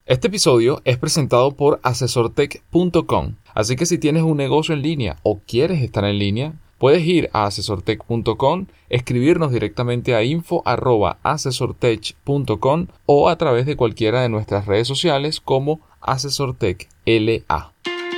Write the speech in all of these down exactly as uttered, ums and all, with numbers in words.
Este episodio es presentado por asesortech punto com, así que si tienes un negocio en línea o quieres estar en línea, puedes ir a asesortech punto com, escribirnos directamente a info arroba asesortech punto com o a través de cualquiera de nuestras redes sociales como asesortech L A.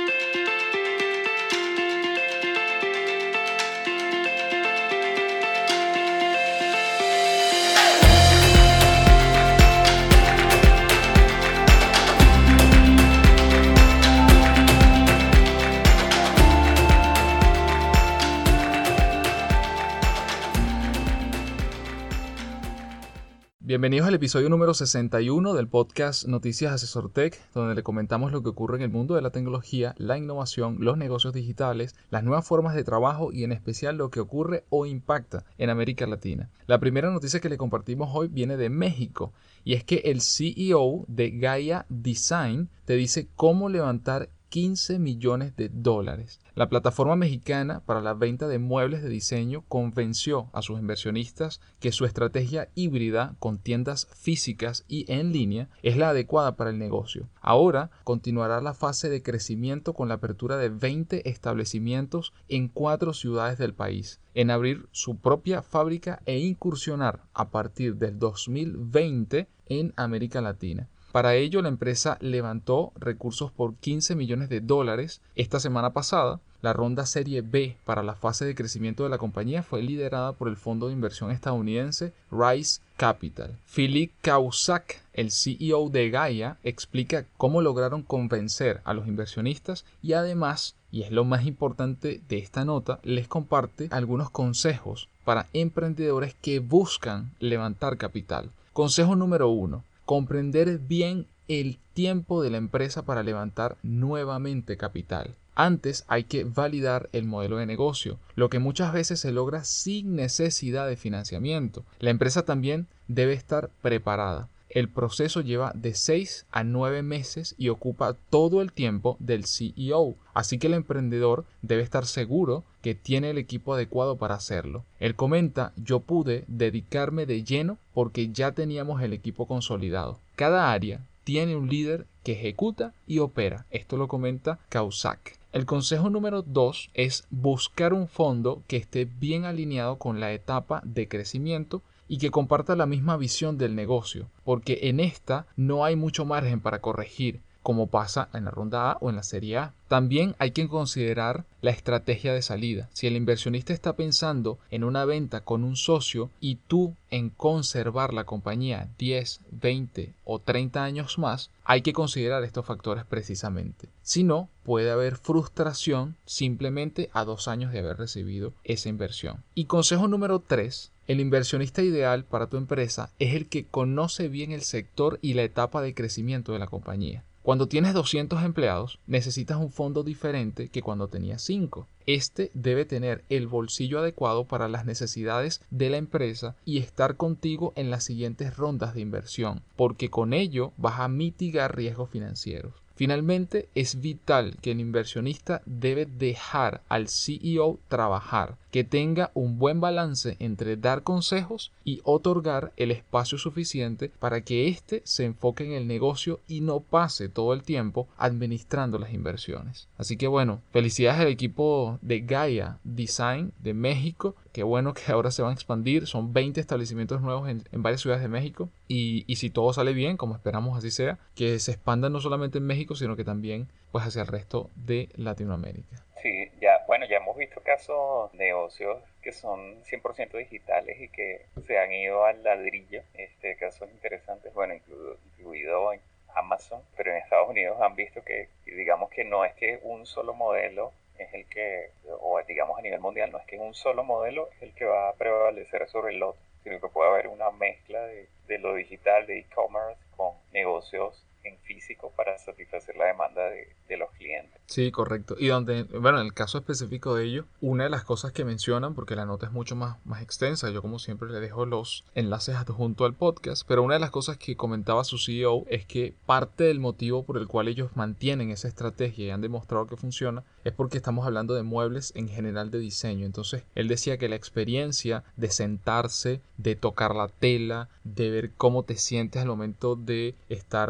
Bienvenidos al episodio número sesenta y uno del podcast Noticias Asesortech, donde le comentamos lo que ocurre en el mundo de la tecnología, la innovación, los negocios digitales, las nuevas formas de trabajo y en especial lo que ocurre o impacta en América Latina. La primera noticia que le compartimos hoy viene de México y es que el C E O de Gaia Design te dice cómo levantar quince millones de dólares. La plataforma mexicana para la venta de muebles de diseño convenció a sus inversionistas que su estrategia híbrida con tiendas físicas y en línea es la adecuada para el negocio. Ahora continuará la fase de crecimiento con la apertura de veinte establecimientos en cuatro ciudades del país, en abrir su propia fábrica e incursionar a partir del dos mil veinte en América Latina. Para ello, la empresa levantó recursos por quince millones de dólares esta semana pasada. La ronda Serie B para la fase de crecimiento de la compañía fue liderada por el fondo de inversión estadounidense Rise Capital. Philippe Cahuzac, el C E O de Gaia, explica cómo lograron convencer a los inversionistas y además, y es lo más importante de esta nota, les comparte algunos consejos para emprendedores que buscan levantar capital. Consejo número uno. Comprender bien el tiempo de la empresa para levantar nuevamente capital. Antes hay que validar el modelo de negocio, lo que muchas veces se logra sin necesidad de financiamiento. La empresa también debe estar preparada. El proceso lleva de seis a nueve meses y ocupa todo el tiempo del C E O, así que el emprendedor debe estar seguro que tiene el equipo adecuado para hacerlo. Él comenta: yo pude dedicarme de lleno porque ya teníamos el equipo consolidado. Cada área tiene un líder que ejecuta y opera. Esto lo comenta Cahuzac. El consejo número dos es buscar un fondo que esté bien alineado con la etapa de crecimiento y que comparta la misma visión del negocio, porque en esta no hay mucho margen para corregir, como pasa en la ronda A o en la serie A. También hay que considerar la estrategia de salida. Si el inversionista está pensando en una venta con un socio y tú en conservar la compañía diez, veinte o treinta años más, hay que considerar estos factores precisamente. Si no, puede haber frustración simplemente a dos años de haber recibido esa inversión. Y consejo número tres. El inversionista ideal para tu empresa es el que conoce bien el sector y la etapa de crecimiento de la compañía. Cuando tienes doscientos empleados, necesitas un fondo diferente que cuando tenías cinco. Este debe tener el bolsillo adecuado para las necesidades de la empresa y estar contigo en las siguientes rondas de inversión, porque con ello vas a mitigar riesgos financieros. Finalmente, es vital que el inversionista debe dejar al C E O trabajar, que tenga un buen balance entre dar consejos y otorgar el espacio suficiente para que éste se enfoque en el negocio y no pase todo el tiempo administrando las inversiones. Así que bueno, felicidades al equipo de Gaia Design de México. Qué bueno que ahora se van a expandir. Son veinte establecimientos nuevos en, en varias ciudades de México. Y, y si todo sale bien, como esperamos así sea, que se expandan no solamente en México, sino que también pues hacia el resto de Latinoamérica. Sí, ya, bueno, ya hemos visto casos de negocios que son cien por ciento digitales y que se han ido al ladrillo. Este, casos interesantes, bueno, incluido, incluido en Amazon, pero en Estados Unidos han visto que, digamos que no es que un solo modelo es el que, o digamos a nivel mundial, no es que un solo modelo es el que va a prevalecer sobre el otro, sino que puede haber una mezcla de, de lo digital, de e-commerce, con negocios en físico para satisfacer la demanda de, de los clientes. Sí, correcto. Y donde, bueno, en el caso específico de ello, una de las cosas que mencionan, porque la nota es mucho más, más extensa, yo como siempre le dejo los enlaces adjunto al podcast, pero una de las cosas que comentaba su C E O es que parte del motivo por el cual ellos mantienen esa estrategia y han demostrado que funciona es porque estamos hablando de muebles en general de diseño. Entonces, él decía que la experiencia de sentarse, de tocar la tela, de ver cómo te sientes al momento de estar, bueno, ya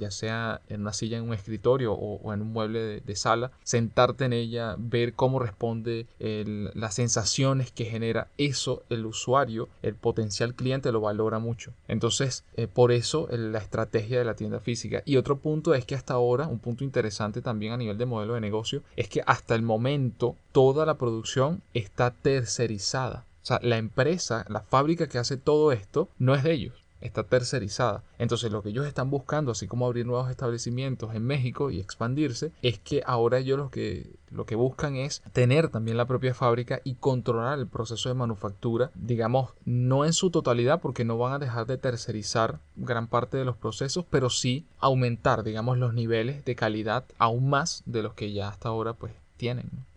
ya sea en una silla en un escritorio o, o en un mueble de, de sala, sentarte en ella, ver cómo responde, el, las sensaciones que genera eso, el usuario, el potencial cliente lo valora mucho. Entonces, eh, por eso el, la estrategia de la tienda física. Y otro punto es que hasta ahora, un punto interesante también a nivel de modelo de negocio, es que hasta el momento toda la producción está tercerizada. O sea, la empresa, la fábrica que hace todo esto, no es de ellos, está tercerizada. Entonces lo que ellos están buscando, así como abrir nuevos establecimientos en México y expandirse, es que ahora ellos lo que, lo que buscan es tener también la propia fábrica y controlar el proceso de manufactura, digamos, no en su totalidad, porque no van a dejar de tercerizar gran parte de los procesos, pero sí aumentar, digamos, los niveles de calidad aún más de los que ya hasta ahora pues tienen, ¿no?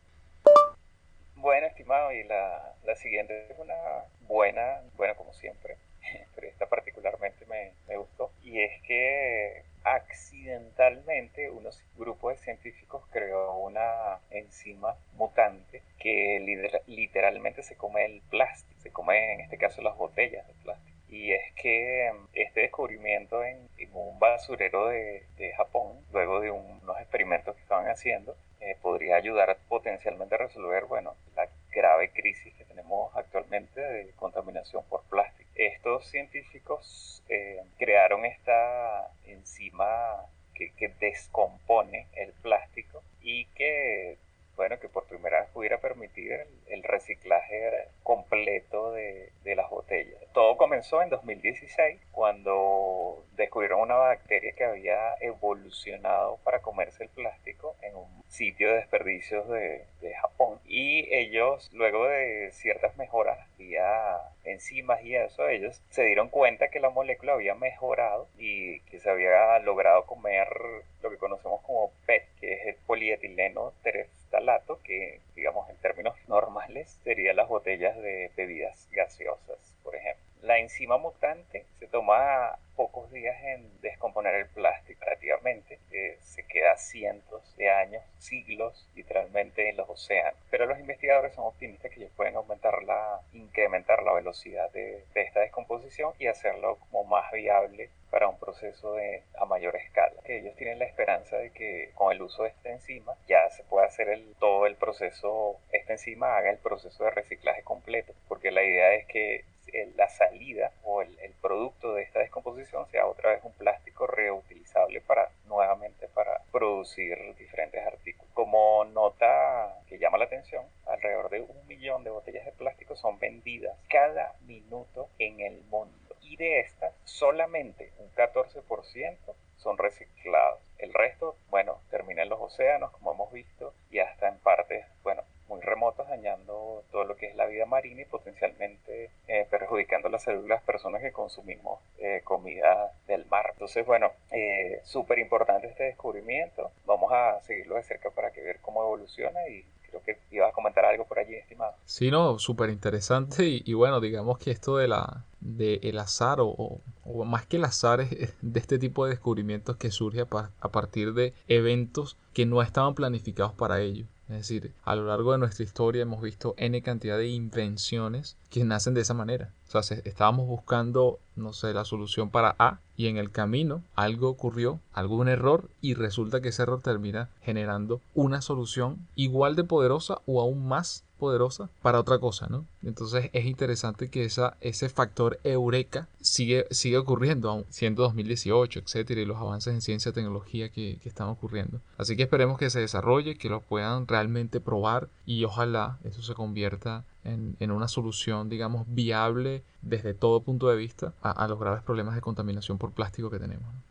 Bueno, estimado, y la, la siguiente es una buena, bueno, como siempre, pero esta particularmente me, me gustó, y es que accidentalmente unos grupos de científicos creó una enzima mutante que liter- literalmente se come el plástico, se come en este caso las botellas de plástico. Y es que este descubrimiento en, en un basurero de, de Japón, luego de un, unos experimentos que estaban haciendo, eh, podría ayudar potencialmente a resolver, bueno, la grave crisis que tenemos actualmente de contaminación por plástico. Estos científicos eh, crearon esta enzima que, que descompone el plástico y que, bueno, que por primera vez pudiera permitir el, el reciclaje completo de, de las botellas. Todo comenzó en dos mil dieciséis cuando descubrieron una bacteria que había evolucionado para comerse el plástico en un sitio de desperdicios de, de Japón, y ellos, luego de ciertas mejoras vía enzimas y eso, ellos se dieron cuenta que la molécula había mejorado y que se había logrado comer lo que conocemos como P E T, que es el polietileno tereftalato, que digamos en términos normales serían las botellas de bebidas gaseosas, por ejemplo. La enzima mutante se toma pocos días en descomponer el plástico relativamente, eh, se queda cientos de años, siglos literalmente en los océanos, pero los investigadores son optimistas que ellos pueden aumentar la, incrementar la velocidad de, de esta descomposición y hacerlo como más viable para un proceso de, a mayor escala. Que ellos tienen la esperanza de que con el uso de esta enzima ya se pueda hacer el, todo el proceso, esta enzima haga el proceso de reciclaje completo, porque la idea es que la salida o el, el producto de esta descomposición sea otra vez un plástico reutilizable para nuevamente para producir diferentes artículos. Como nota que llama la atención, alrededor de un millón de botellas de plástico son vendidas cada minuto en el mundo, y de estas solamente un catorce por ciento son reciclados. El resto, bueno, termina en los océanos, como hemos visto, y hasta en partes, bueno, muy remotas, dañando todo lo que es la vida marina y potencialmente eh, perjudicando la salud de las personas que consumimos eh, comida del mar. Entonces, bueno, eh, súper importante este descubrimiento. Vamos a seguirlo de cerca para que ver cómo evoluciona, y creo que ibas a comentar algo por allí, estimado. Sí, no, súper interesante y, y bueno, digamos que esto de la de el azar o, o, o más que el azar es de este tipo de descubrimientos que surge a, pa- a partir de eventos que no estaban planificados para ello. Es decir, a lo largo de nuestra historia hemos visto N cantidad de invenciones que nacen de esa manera. O sea, se- estábamos buscando, no sé, la solución para A y en el camino algo ocurrió, algún error, y resulta que ese error termina generando una solución igual de poderosa o aún más poderosa para otra cosa, ¿no? Entonces es interesante que esa, ese factor eureka sigue, sigue ocurriendo, aun siendo dos mil dieciocho, etcétera, y los avances en ciencia y tecnología que, que están ocurriendo. Así que esperemos que se desarrolle, que lo puedan realmente probar y ojalá eso se convierta en, en una solución, digamos, viable desde todo punto de vista a, a los graves problemas de contaminación por plástico que tenemos, ¿no?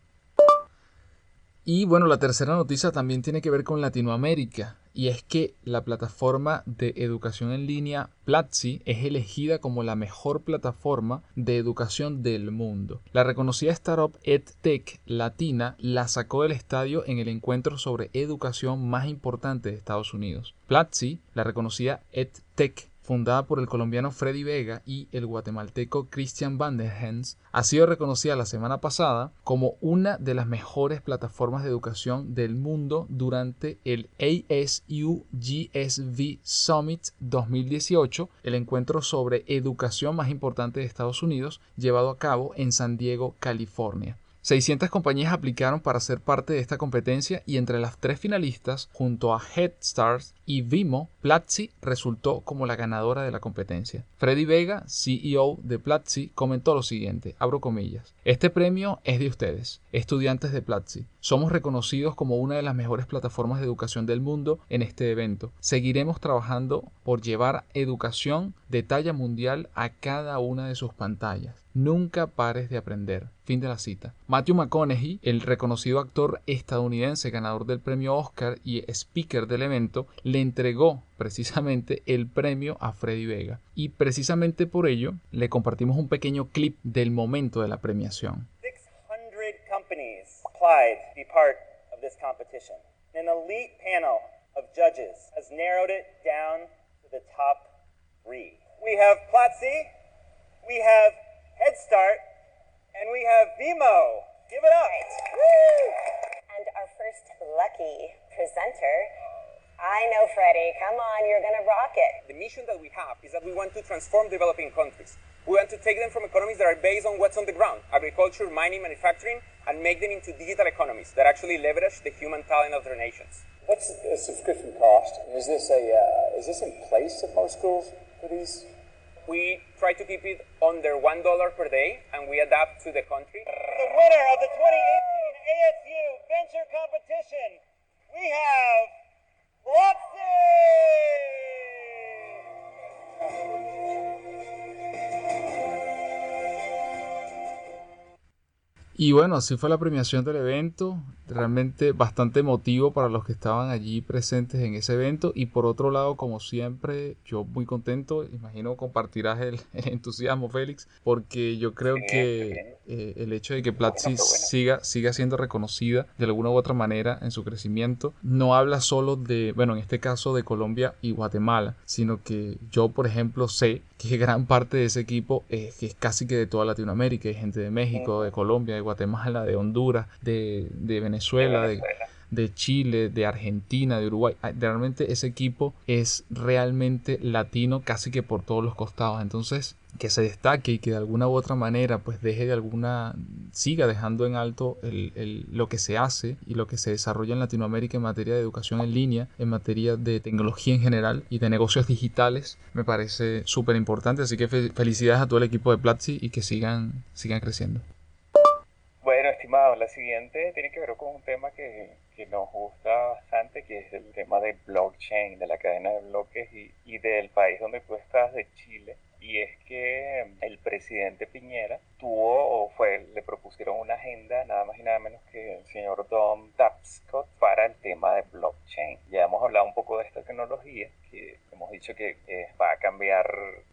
Y bueno, la tercera noticia también tiene que ver con Latinoamérica, y es que la plataforma de educación en línea Platzi es elegida como la mejor plataforma de educación del mundo. La reconocida startup EdTech Latina la sacó del estadio en el encuentro sobre educación más importante de Estados Unidos. Platzi, la reconocida EdTech, fundada por el colombiano Freddy Vega y el guatemalteco Christian Van der Hens, ha sido reconocida la semana pasada como una de las mejores plataformas de educación del mundo durante el A S U G S V Summit dos mil dieciocho, el encuentro sobre educación más importante de Estados Unidos, llevado a cabo en San Diego, California. seiscientas compañías aplicaron para ser parte de esta competencia y entre las tres finalistas, junto a Head Start y Vimo, Platzi resultó como la ganadora de la competencia. Freddy Vega, C E O de Platzi, comentó lo siguiente, abro comillas: "Este premio es de ustedes, estudiantes de Platzi. Somos reconocidos como una de las mejores plataformas de educación del mundo en este evento. Seguiremos trabajando por llevar educación de talla mundial a cada una de sus pantallas. Nunca pares de aprender". Fin de la cita. Matthew McConaughey, el reconocido actor estadounidense ganador del premio Oscar y speaker del evento, le entregó precisamente el premio a Freddy Vega. Y precisamente por ello le compartimos un pequeño clip del momento de la premiación. six hundred companies applied to be part of this competition. An elite panel of judges has narrowed it down to the top three. We have Platzi, we have Head Start, and we have Vimo. Give it up. Woo! And our first lucky presenter, I know Freddie, come on, you're gonna rock it. The mission that we have is that we want to transform developing countries. We want to take them from economies that are based on what's on the ground, agriculture, mining, manufacturing, and make them into digital economies that actually leverage the human talent of their nations. What's the subscription cost? Is this a uh, is this in place at most schools for these? We try to keep it under one dollar per day, and we adapt to the country. The winner of the twenty eighteen A S U Venture Competition, we have Platzi! Y bueno, así fue la premiación del evento, realmente bastante emotivo para los que estaban allí presentes en ese evento y por otro lado, como siempre, yo muy contento, imagino compartirás el, el entusiasmo, Félix, porque yo creo Sí, que eh, el hecho de que Platzi Bueno, qué bueno. siga, siga siendo reconocida de alguna u otra manera en su crecimiento, no habla solo de, bueno, en este caso de Colombia y Guatemala, sino que yo, por ejemplo, sé que gran parte de ese equipo es, que es casi que de toda Latinoamérica, hay gente de México, de Colombia, de Guatemala, de Honduras, de, de Venezuela, De de, Venezuela. de Chile, de Argentina, de Uruguay. Ah, realmente ese equipo es realmente latino casi que por todos los costados. Entonces, que se destaque y que de alguna u otra manera pues deje de alguna, siga dejando en alto el, el, lo que se hace y lo que se desarrolla en Latinoamérica en materia de educación en línea, en materia de tecnología en general y de negocios digitales, me parece súper importante. Así que fe- felicidades a todo el equipo de Platzi y que sigan, sigan creciendo. Bueno, estimado, la siguiente tiene que ver con un tema que, que nos gusta bastante, que es el tema de blockchain, de la cadena de bloques y, y del país donde tú estás, de Chile. Y es que el presidente Piñera tuvo, o fue, le propusieron una agenda, nada más y nada menos que el señor Don Tapscott, para el tema de blockchain. Ya hemos hablado un poco de esta tecnología, que hemos dicho que eh, va a cambiar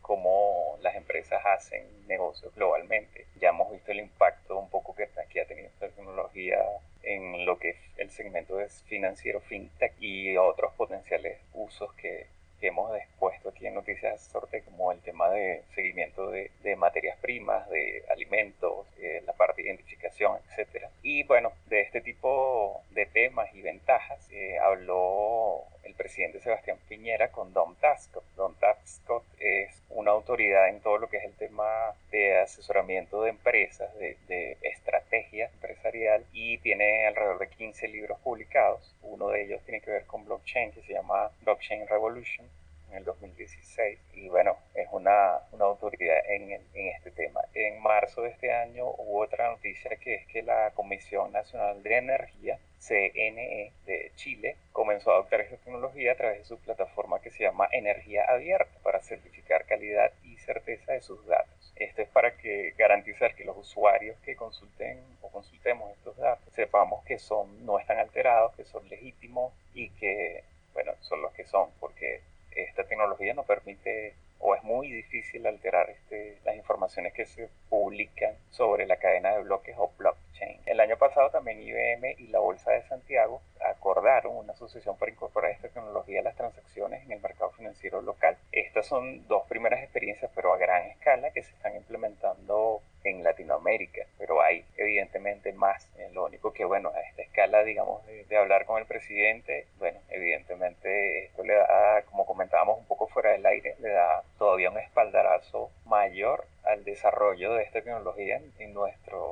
cómo las empresas hacen negocios globalmente. Ya hemos visto el impacto un poco que, que ha tenido esta tecnología en lo que es el segmento de financiero fintech y otros potenciales usos que que hemos expuesto aquí en Noticias Sorte, como el tema de seguimiento de, de materias primas, de alimentos, eh, la parte de identificación, etcétera. Y bueno, de este tipo de temas y ventajas eh, habló el presidente Sebastián Piñera con Don Tapscott. Don Tapscott es una autoridad en todo lo que es el tema de asesoramiento de empresas, de, de estrategia empresarial, y tiene alrededor de quince libros publicados. Uno de ellos tiene que ver con blockchain, que se llama Blockchain Revolution, en el dos mil dieciséis, y bueno, es una, una autoridad en, en este tema. En marzo de este año hubo otra noticia, que es que la Comisión Nacional de Energía, C N E, de Chile, comenzó a adoptar esta tecnología a través de su plataforma que se llama Energía Abierta, para certificar calidad y certeza de sus datos. Esto es para que garantizar que los usuarios que consulten o consultemos estos datos sepamos que son, no están alterados, que son legítimos y que, bueno, son los que son, porque esta tecnología no permite, o es muy difícil alterar este, las informaciones que se publican sobre la cadena de bloques o blockchain. El año pasado también I B M y la Bolsa de Santiago acordaron una asociación para incorporar esta tecnología a las transacciones en el mercado financiero local. Estas son dos primeras experiencias, pero a gran escala, que se están implementando en Latinoamérica, pero hay evidentemente más. Eh, lo único que, bueno, a esta escala, digamos, de, de hablar con el presidente, bueno, evidentemente esto le da, como comentábamos un poco fuera del aire, le da todavía un espaldarazo mayor al desarrollo de esta tecnología en, en nuestro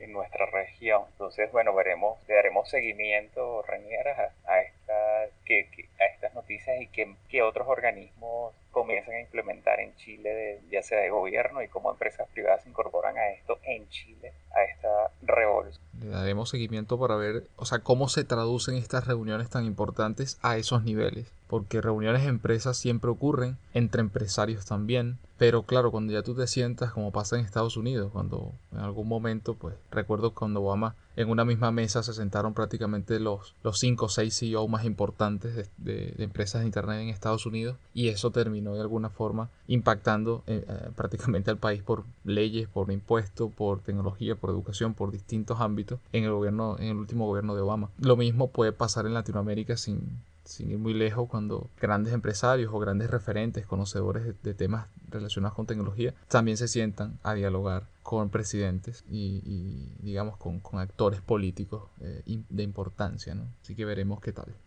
en nuestra región. Entonces, bueno, veremos, le daremos seguimiento, Renier, a, a, esta, que, que, a estas noticias y qué, qué otros organismos comienzan a implementar en Chile, de, ya sea de gobierno y cómo empresas privadas se incorporan a esto en Chile, a esta revolución. Le daremos seguimiento para ver, o sea, cómo se traducen estas reuniones tan importantes a esos niveles. Porque reuniones de empresas siempre ocurren, entre empresarios también. Pero claro, cuando ya tú te sientas, como pasa en Estados Unidos, cuando en algún momento, pues recuerdo cuando Obama en una misma mesa se sentaron prácticamente los, los cinco o seis C E O más importantes de, de, de empresas de Internet en Estados Unidos, y eso terminó de alguna forma impactando eh, eh, prácticamente al país por leyes, por impuestos, por tecnología, por educación, por distintos ámbitos en el gobierno, en el último gobierno de Obama. Lo mismo puede pasar en Latinoamérica sin... sin ir muy lejos, cuando grandes empresarios o grandes referentes, conocedores de, de temas relacionados con tecnología, también se sientan a dialogar con presidentes y, y digamos, con, con actores políticos eh, de importancia, ¿no? Así que veremos qué tal.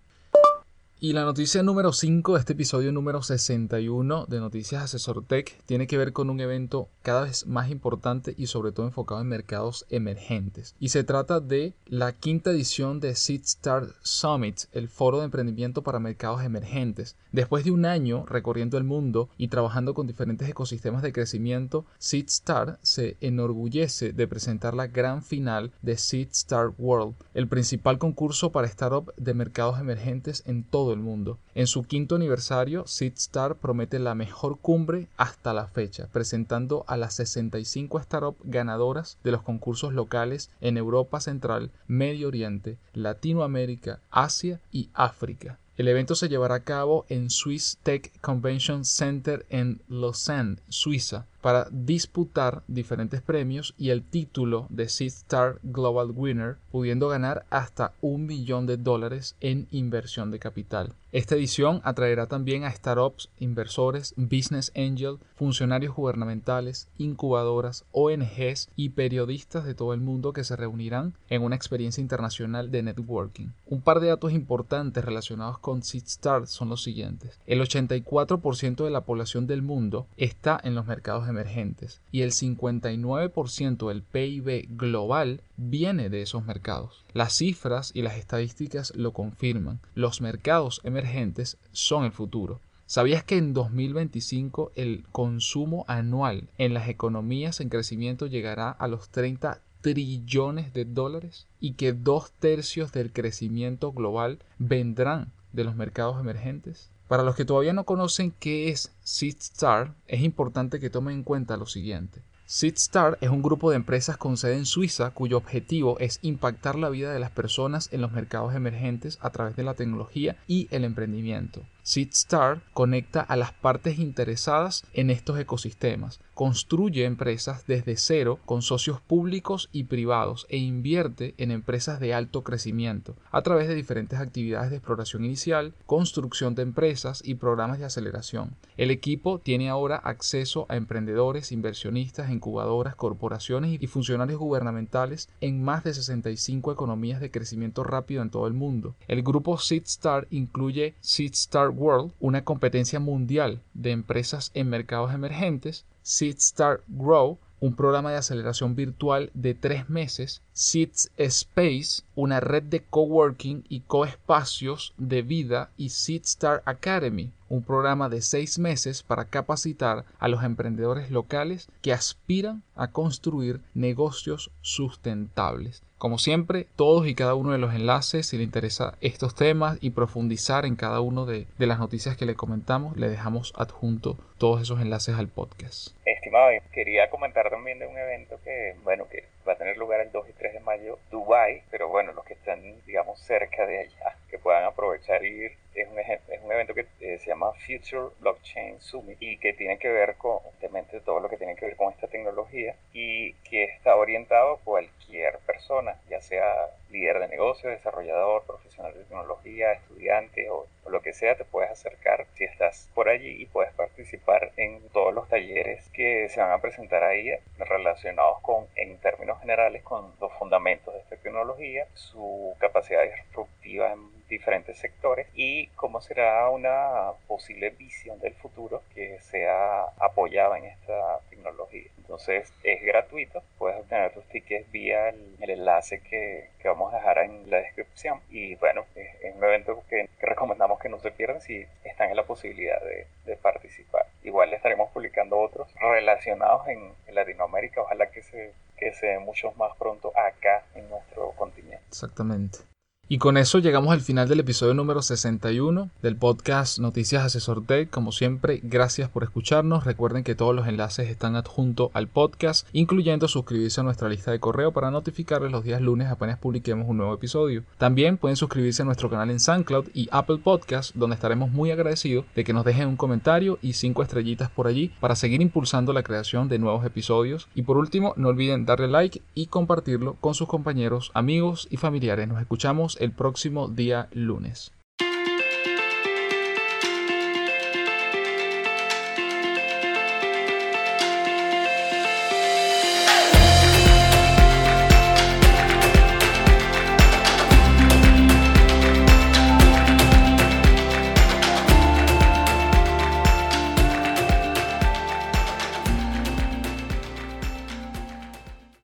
Y la noticia número cinco de este episodio número sesenta y uno de Noticias Asesor Tech tiene que ver con un evento cada vez más importante y sobre todo enfocado en mercados emergentes. Y se trata de la quinta edición de SeedStart Summit, el foro de emprendimiento para mercados emergentes. Después de un año recorriendo el mundo y trabajando con diferentes ecosistemas de crecimiento, SeedStart se enorgullece de presentar la gran final de SeedStart World, el principal concurso para startups de mercados emergentes en todo el mundo. En su quinto aniversario, SeedStart promete la mejor cumbre hasta la fecha, presentando a las sesenta y cinco startups ganadoras de los concursos locales en Europa Central, Medio Oriente, Latinoamérica, Asia y África. El evento se llevará a cabo en Swiss Tech Convention Center en Lausanne, Suiza, para disputar diferentes premios y el título de SeedStart Global Winner, pudiendo ganar hasta un millón de dólares en inversión de capital. Esta edición atraerá también a startups, inversores, business angel, funcionarios gubernamentales, incubadoras, O N Ges y periodistas de todo el mundo que se reunirán en una experiencia internacional de networking. Un par de datos importantes relacionados con SeedStart son los siguientes. El ochenta y cuatro por ciento de la población del mundo está en los mercados emergentes y el cincuenta y nueve por ciento del P I B global viene de esos mercados. Las cifras y las estadísticas lo confirman. Los mercados emergentes son el futuro. ¿Sabías que en dos mil veinticinco el consumo anual en las economías en crecimiento llegará a los treinta trillones de dólares y que dos tercios del crecimiento global vendrán de los mercados emergentes? Para los que todavía no conocen qué es SeedStart, es importante que tomen en cuenta lo siguiente. SeedStart es un grupo de empresas con sede en Suiza cuyo objetivo es impactar la vida de las personas en los mercados emergentes a través de la tecnología y el emprendimiento. SeedStart conecta a las partes interesadas en estos ecosistemas, construye empresas desde cero con socios públicos y privados e invierte en empresas de alto crecimiento a través de diferentes actividades de exploración inicial, construcción de empresas y programas de aceleración. El equipo tiene ahora acceso a emprendedores, inversionistas, incubadoras, corporaciones y funcionarios gubernamentales en más de sesenta y cinco economías de crecimiento rápido en todo el mundo. El grupo SeedStart incluye SeedStart World, una competencia mundial de empresas en mercados emergentes, SeedStart Grow, un programa de aceleración virtual de tres meses, Seeds Space, una red de coworking y coespacios de vida, y SeedStart Academy, un programa de seis meses para capacitar a los emprendedores locales que aspiran a construir negocios sustentables. Como siempre, todos y cada uno de los enlaces, si le interesa estos temas y profundizar en cada uno de, de las noticias que le comentamos, le dejamos adjunto todos esos enlaces al podcast. Estimado, quería comentar también de un evento que, bueno, que va a tener lugar el dos y tres de mayo, Dubái, pero bueno, los que están, digamos, cerca de allá, que puedan aprovechar y ir, es un, es un evento que eh, se llama Future Blockchain Summit y que tiene que ver con, obviamente, todo lo que tiene que ver con esta tecnología y que está orientado a cualquier persona, ya sea líder de negocio, desarrollador, profesional de tecnología, estudiante o, o lo que sea, te puedes acercar si estás por allí y puedes participar en todos los talleres que se van a presentar ahí relacionados con, en términos generales, con los fundamentos de esta tecnología, su capacidad disruptiva en diferentes sectores y cómo será una posible visión del futuro que sea apoyada en esta tecnología. Entonces es gratuito, puedes obtener tus tickets vía el, el enlace que, que vamos a dejar en la descripción. Y bueno, es, es un evento que, que recomendamos que no se pierdan si están en la posibilidad de, de participar. Igual estaremos publicando otros relacionados en, en Latinoamérica, ojalá que se, que se den muchos más pronto acá en nuestro continente. Exactamente. Y con eso llegamos al final del episodio número sesenta y uno del podcast Noticias Asesor Tech. Como siempre, gracias por escucharnos. Recuerden que todos los enlaces están adjuntos al podcast, incluyendo suscribirse a nuestra lista de correo para notificarles los días lunes apenas publiquemos un nuevo episodio. También pueden suscribirse a nuestro canal en SoundCloud y Apple Podcast, donde estaremos muy agradecidos de que nos dejen un comentario y cinco estrellitas por allí para seguir impulsando la creación de nuevos episodios. Y por último, no olviden darle like y compartirlo con sus compañeros, amigos y familiares. Nos escuchamos el próximo día lunes.